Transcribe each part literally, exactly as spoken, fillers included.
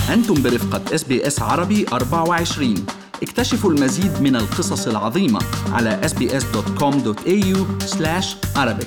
أنتم برفقة إس بي إس عربي أربعة وعشرين. اكتشفوا المزيد من القصص العظيمة على إس بي إس دوت كوم دوت إيه يو سلاش عربيك.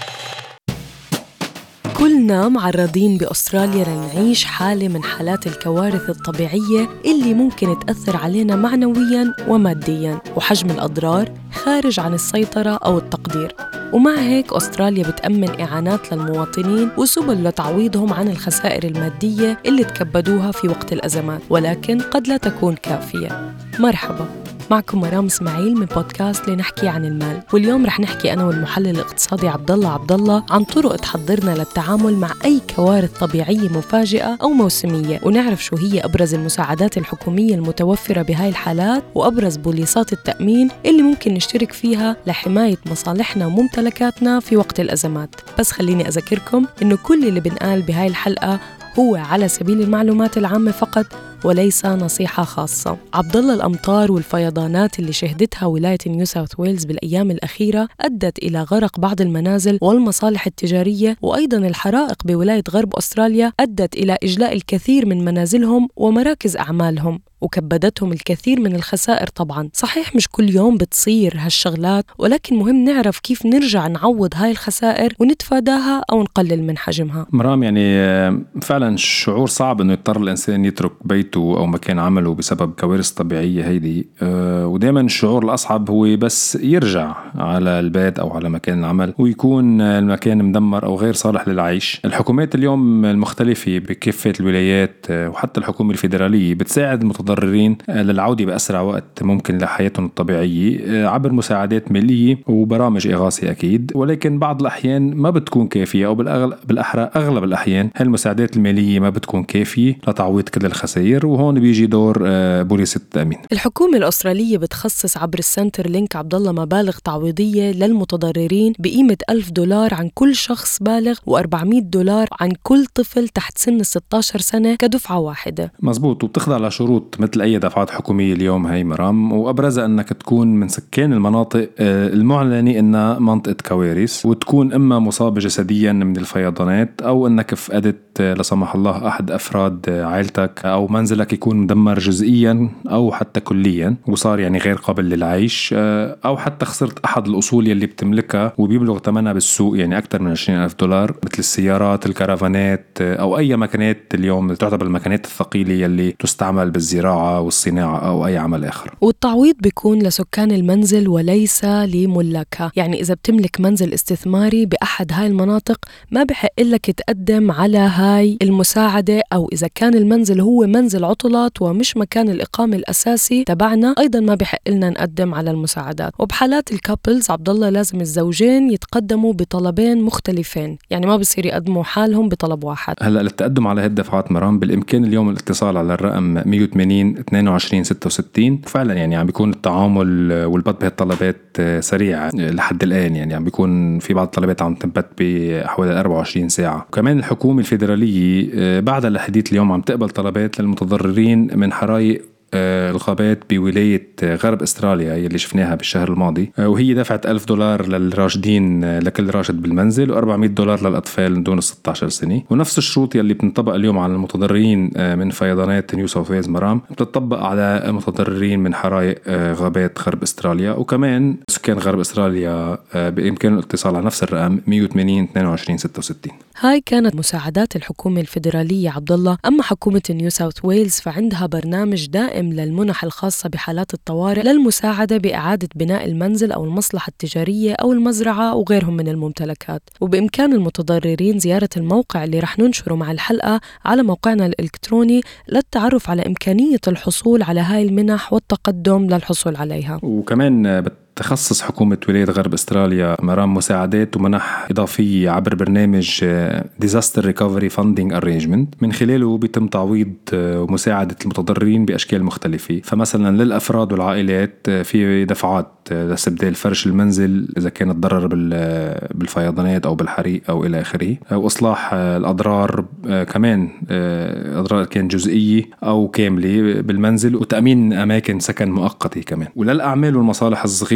كلنا معرضين بأستراليا لنعيش حالة من حالات الكوارث الطبيعية اللي ممكن تأثر علينا معنوياً ومادياً، وحجم الأضرار خارج عن السيطرة أو التقدير. ومع هيك أستراليا بتأمن إعانات للمواطنين وسبل لتعويضهم عن الخسائر المادية اللي تكبدوها في وقت الأزمات، ولكن قد لا تكون كافية. مرحبا، معكم مرام اسماعيل من بودكاست لنحكي عن المال، واليوم رح نحكي أنا والمحلل الاقتصادي عبدالله عبدالله عن طرق تحضرنا للتعامل مع أي كوارث طبيعية مفاجئة أو موسمية، ونعرف شو هي أبرز المساعدات الحكومية المتوفرة بهاي الحالات وأبرز بوليصات التأمين اللي ممكن نشترك فيها لحماية مصالحنا وممتلكاتنا في وقت الأزمات. بس خليني أذكركم إنه كل اللي بنقال بهاي الحلقة هو على سبيل المعلومات العامة فقط وليس نصيحة خاصة. عبدالله، الأمطار والفيضانات اللي شهدتها ولاية نيو ساوث ويلز بالأيام الأخيرة أدت إلى غرق بعض المنازل والمصالح التجارية، وأيضاً الحرائق بولاية غرب أستراليا أدت إلى إجلاء الكثير من منازلهم ومراكز أعمالهم، وكبدتهم الكثير من الخسائر. طبعاً صحيح مش كل يوم بتصير هالشغلات، ولكن مهم نعرف كيف نرجع نعوض هاي الخسائر ونتفاداها أو نقلل من حجمها. مرام، يعني فعلاً شعور صعب إنه يضطر الإنسان يترك بيته أو مكان عمله بسبب كوارث طبيعية هيدي، أه ودايماً الشعور الأصعب هو بس يرجع على البيت أو على مكان العمل ويكون المكان مدمر أو غير صالح للعيش. الحكومات اليوم المختلفة بكافة الولايات وحتى الحكومة الفيدرالية بتساعد المتضررين للعودة بأسرع وقت ممكن لحياتهم الطبيعية عبر مساعدات مالية وبرامج إغاثة أكيد، ولكن بعض الأحيان ما بتكون كافية، أو بالأحرى أغلب الأحيان هالمساعدات المالية ما بتكون كافية لتعويض كل الخسائر، وهون بيجي دور بوليصة التأمين. الحكومة الأسترالية بتخصص عبر السنتر لينك عبدالله مبالغ تعويضية للمتضررين بقيمة ألف دولار عن كل شخص بالغ وأربعمية دولار عن كل طفل تحت سن ستة عشر سنة كدفعة واحدة. مزبوط، وبتخضع لشروط مثل أي دفعات حكومية اليوم هاي مرام، وأبرزها أنك تكون من سكان المناطق المعلنة إنها منطقة كوارث، وتكون إما مصاب جسديا من الفيضانات أو أنك فقدت لا سمح الله أحد أفراد عائلتك، أو منزلك يكون مدمر جزئيا أو حتى كليا وصار يعني غير قابل للعيش، أو حتى خسرت أحد الأصول يلي بتملكها وبيبلغ ثمنها بالسوق يعني أكثر من عشرين ألف دولار، مثل السيارات، الكرافانات، أو أي مكانات اليوم تعتبر المكانات الثقيلة يلي تستعمل بالزراعة والصناعة أو أي عمل آخر. والتعويض بيكون لسكان المنزل وليس لملاكها، يعني إذا بتملك منزل استثماري بأحد هاي المناطق ما بحق لك تقدم على هاي المساعدة، أو إذا كان المنزل هو منزل عطلات ومش مكان الإقامة الأساسي تبعنا أيضا ما بحق لنا نقدم على المساعدات. وبحالات الكابلز عبدالله لازم الزوجين يتقدموا بطلبين مختلفين، يعني ما بصير يقدموا حالهم بطلب واحد. هلأ للتقدم على هالدفعات مرام بالإمكان اليوم الاتصال على الرقم مية وثمانين اثنين وعشرين ستة وستين. فعلا يعني عم بيكون التعامل والبط بهالطلبات سريع لحد الآن، يعني عم بيكون في بعض الطلبات عم تنبت بحوالي أربعة وعشرين ساعة. وكمان الحكومة الفيدرالية بعد الحديث اليوم عم تقبل طلبات للمتضررين من حرائق الغابات بولاية غرب أستراليا يلي شفناها بالشهر الماضي، وهي دفعت ألف دولار للراشدين لكل راشد بالمنزل وأربعمية دولار للأطفال دون ستة عشر سنة. ونفس الشروط يلي بتنطبق اليوم على المتضررين من فيضانات نيو ساوث ويلز مرام بتطبق على المتضررين من حرائق غابات غرب أستراليا. وكمان سكان غرب أستراليا بإمكانهم الاتصال على نفس الرقم مية وثمانين اثنين وعشرين ستة وستين. هاي كانت مساعدات الحكومة الفيدرالية عبدالله. أما حكومة نيو ساوث ويلز فعندها برنامج دائم للمنح الخاصة بحالات الطوارئ للمساعدة بإعادة بناء المنزل أو المصلحة التجارية أو المزرعة وغيرهم من الممتلكات. وبإمكان المتضررين زيارة الموقع اللي رح ننشره مع الحلقة على موقعنا الإلكتروني للتعرف على إمكانية الحصول على هاي المنح والتقدم للحصول عليها. وكمان تخصص حكومة ولاية غرب أستراليا مرام مساعدات ومنح إضافية عبر برنامج Disaster Recovery Funding Arrangement، من خلاله بيتم تعويض ومساعدة المتضررين بأشكال مختلفة. فمثلا للأفراد والعائلات في دفعات لاستبدال فرش المنزل إذا كان تضرر بالفيضانات أو بالحريق أو إلى آخره، وإصلاح الأضرار كمان أضرار كان جزئية أو كاملة بالمنزل، وتأمين أماكن سكن مؤقتة كمان. وللأعمال والمصالح الصغيرة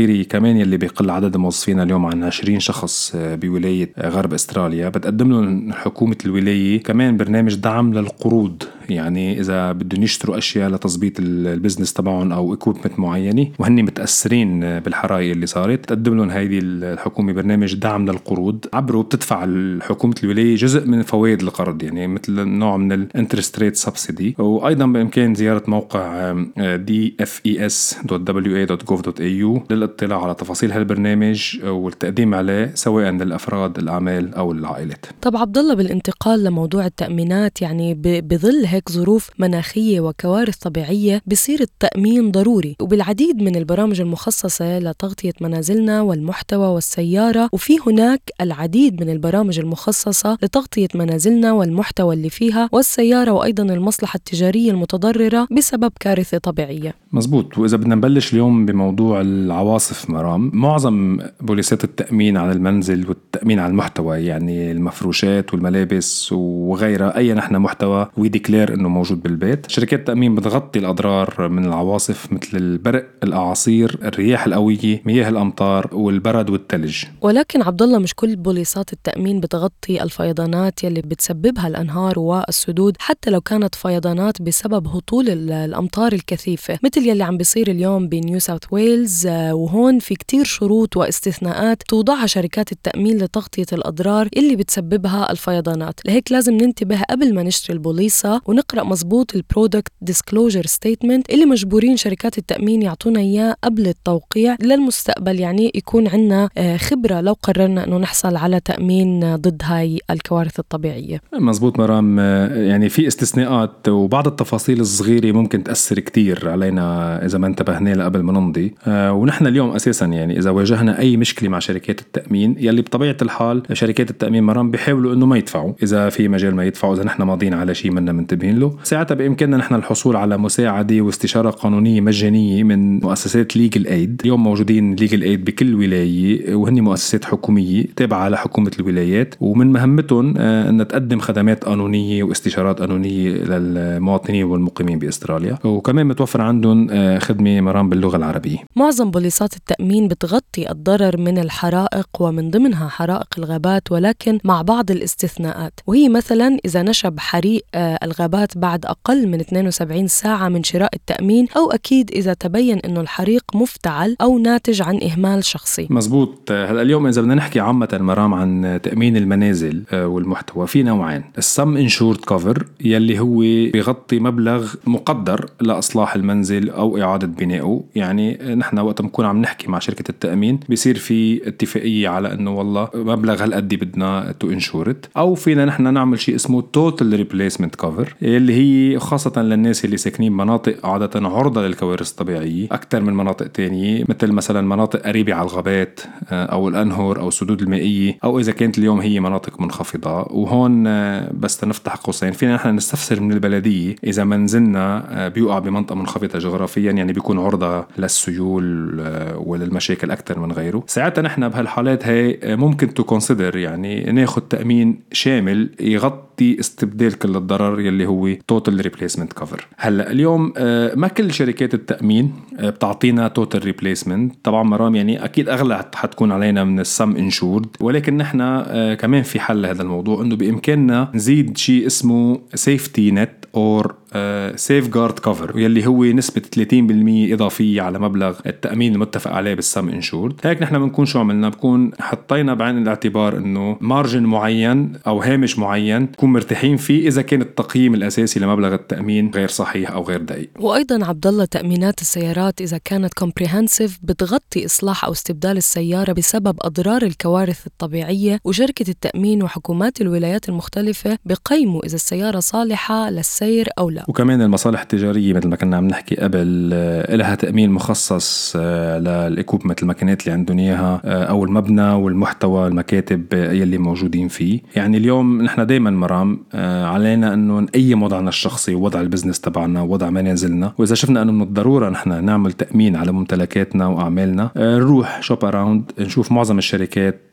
الصغيرة كمان يلي بيقل عدد موظفينا اليوم عن عشرين شخص بولاية غرب أستراليا بتقدم لهم حكومة الولاية كمان برنامج دعم للقروض. يعني إذا بدهم يشتروا أشياء لتظبيط البزنس تبعهم أو إكويبمنت معينة وهني متأثرين بالحرائق اللي صارت، تقدم لهم هيدي الحكومة برنامج دعم للقروض. عبره بتدفع الحكومة الولاية جزء من فوائد القرض، يعني مثل نوع من الانترست ريت سبسيدي. وأيضا بإمكان زيارة موقع دي إف إي إس دوت دبليو إيه دوت جوف دوت إيه يو للاطلاع على تفاصيل هالبرنامج والتقديم عليه سواء للأفراد الأعمال أو العائلات. طب عبد الله، بالانتقال لموضوع التأمينات، يعني بظل هيك ظروف مناخية وكوارث طبيعية بصير التأمين ضروري، وبالعديد من البرامج المخصصة لتغطية منازلنا والمحتوى والسيارة، وفي هناك العديد من البرامج المخصصة لتغطية منازلنا والمحتوى اللي فيها والسيارة وأيضا المصلحة التجارية المتضررة بسبب كارثة طبيعية. مزبوط. وإذا بدنا نبلش اليوم بموضوع العواصف مرام، معظم بوليسات التأمين على المنزل والتأمين على المحتوى يعني المفروشات والملابس وغيرها أي نحن محتوى ويديكلير إنه موجود بالبيت، شركات التأمين بتغطي الأضرار من العواصف مثل البرق، الأعاصير، الرياح القوية، مياه الأمطار والبرد والثلج. ولكن عبد الله، مش كل بوليسات التأمين بتغطي الفيضانات يلي بتسببها الأنهار والسدود، حتى لو كانت فيضانات بسبب هطول الأمطار الكثيفة مثل يلي عم بيصير اليوم بنيو ساوث ويلز. وهون في كتير شروط واستثناءات توضعها شركات التأمين لتغطية الأضرار اللي بتسببها الفيضانات. لهيك لازم ننتبه قبل ما نشتري البوليصة ونقرأ مزبوط البرودكت ديسكلوجر ستيتمنت اللي مجبورين شركات التأمين يعطونا إياه قبل التوقيع للمستقبل، يعني يكون عنا خبرة لو قررنا أنه نحصل على تأمين ضد هاي الكوارث الطبيعية. مزبوط مرام. يعني في استثناءات وبعض التفاصيل الصغيرة ممكن تأثر كتير علينا إذا ما انتبهنا لها قبل ما نمضي. ونحن اليوم أساسا يعني إذا واجهنا أي مشكلة مع شركات التأمين يلي بطبيعة الحال شركات التأمين مرام بيحاولوا إنه ما يدفعوا إذا في مجال ما يدفعوا، إذا نحن ماضيين على شيء منا منتبهين له، ساعتها بإمكاننا نحن الحصول على مساعدة واستشارة قانونية مجانية من مؤسسات ليجل ايد. اليوم موجودين ليجل ايد بكل ولاية وهني مؤسسات حكومية تابعة على حكومة الولايات، ومن مهمتهم أن تقدم خدمات قانونية واستشارات قانونية للمواطنين والمقيمين بأستراليا، وكمان متوفر عندهم خدمة مرام باللغة العربية. معظم بوليصات التأمين بتغطي الضرر من الحرائق ومن ضمنها حرائق الغابات، ولكن مع بعض الاستثناءات، وهي مثلا إذا نشب حريق الغابات بعد أقل من اثنين وسبعين ساعة من شراء التأمين، أو أكيد إذا تبين أنه الحريق مفتعل أو ناتج عن إهمال شخصي. مزبوط. هلا اليوم إذا بدنا نحكي عامة مرام عن تأمين المنازل والمحتوى، في نوعين: السم انشورد كفر يلي هو بيغطي مبلغ مقدر لإصلاح المنزل أو إعادة بنائه. يعني نحن وقت نكون عم نحكي مع شركة التأمين بيصير في اتفاقية على أنه والله مبلغ هالقد بدنا تو انشورت، أو فينا نحن نعمل شيء اسمه توتال ريبليسمنت كفر اللي هي خاصة للناس اللي ساكنين مناطق عادة عرضة للكوارث الطبيعية أكثر من مناطق تانية، مثل مثلا مناطق قريبة على الغابات أو الأنهر أو السدود المائية، أو إذا كانت اليوم هي مناطق منخفضة. وهون بس تنفتح قوسين فينا نحن نستفسر من البلدية إذا منزلنا بيوقع بمنطقة منخفضة جغرافيا، يعني بيكون عرضة للسيول وللمشاكل أكثر من غيره، ساعتها نحن بهالحالات هاي ممكن تو كونسيدر يعني ناخد تأمين شامل يغطي استبدال كل الضرر يلي هو توتال ريبليسمنت كفر. هلا اليوم ما كل شركات التأمين بتعطينا توتال ريبليسمنت طبعا مرام، يعني أكيد أغلى حتكون علينا من السم انشورد، ولكن نحن كمان في حل لهذا الموضوع إنه بإمكاننا نزيد شيء اسمه سيفتي نت أو سيف جارد كفر يلي هو نسبة ثلاثين بالمية إضافية على مبلغ التأمين المتفق عليه بالسم انشورد. هيك نحن بنكون شو عملنا؟ بكون حطينا بعين الاعتبار إنه مارجن معين أو هامش معين نكون مرتاحين فيه إذا كان التقييم الأساسي لمبلغ التأمين غير صحيح أو غير دقيق. وأيضا عبد الله، تأمينات السيارات إذا كانت كومبريهنسيف بتغطي إصلاح أو استبدال السيارة بسبب أضرار الكوارث الطبيعية، وشركة التأمين وحكومات الولايات المختلفة بقيموا إذا السيارة صالحة للسير أو لا. وكمان المصالح التجارية مثل ما كنا عم نحكي قبل لها تأمين مخصص للإكوبمنت الماكينات اللي عندهم إياها أو المبنى والمحتوى المكاتب يلي موجودين فيه. يعني اليوم نحن دايما مرام علينا أنه نقيم وضعنا الشخصي ووضع البزنس تبعنا ووضع منازلنا، وإذا شفنا أنه من الضرورة نحن نعمل تأمين على ممتلكاتنا وأعمالنا نروح شوب أراوند نشوف معظم الشركات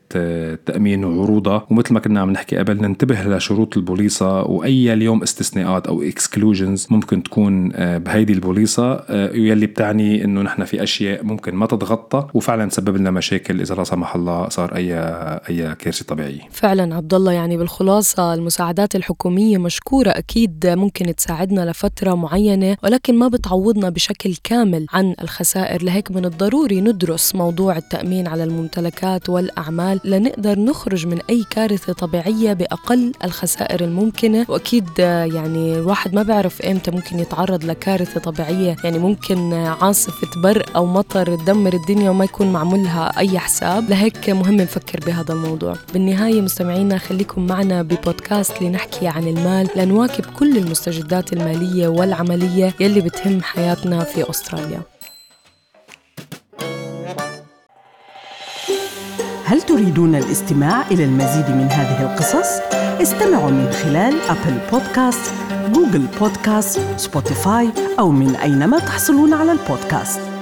التأمين وعروضها، ومثل ما كنا عم نحكي قبل ننتبه لشروط البوليصة وأي اليوم استثناءات أو exclusions ممكن تكون بهيدي البوليصة، ويلي بتعني إنه نحن في أشياء ممكن ما تتغطى وفعلا تسبب لنا مشاكل إذا لا سمح الله صار أي أي كارثة طبيعية. فعلا عبد الله، يعني بالخلاصة المساعدات الحكومية مشكورة أكيد، ممكن تساعدنا لفترة معينة ولكن ما بتعوضنا بشكل كامل عن الخسائر. لهيك من الضروري ندرس موضوع التأمين على الممتلكات والأعمال لنقدر نخرج من أي كارثة طبيعية بأقل الخسائر الممكنة. وأكيد يعني الواحد ما بيعرف إمتى ممكن يتعرض لكارثة طبيعية، يعني ممكن عاصفة برق أو مطر تدمر الدنيا وما يكون معمولها أي حساب. لهيك مهم نفكر بهذا الموضوع. بالنهاية مستمعينا خليكم معنا ببودكاست لنحكي عن المال لنواكب كل المستجدات المالية والعملية يلي بتهم حياتنا في أستراليا. هل تريدون الاستماع إلى المزيد من هذه القصص؟ استمعوا من خلال أبل بودكاست، جوجل بودكاست، سبوتيفاي أو من أينما تحصلون على البودكاست.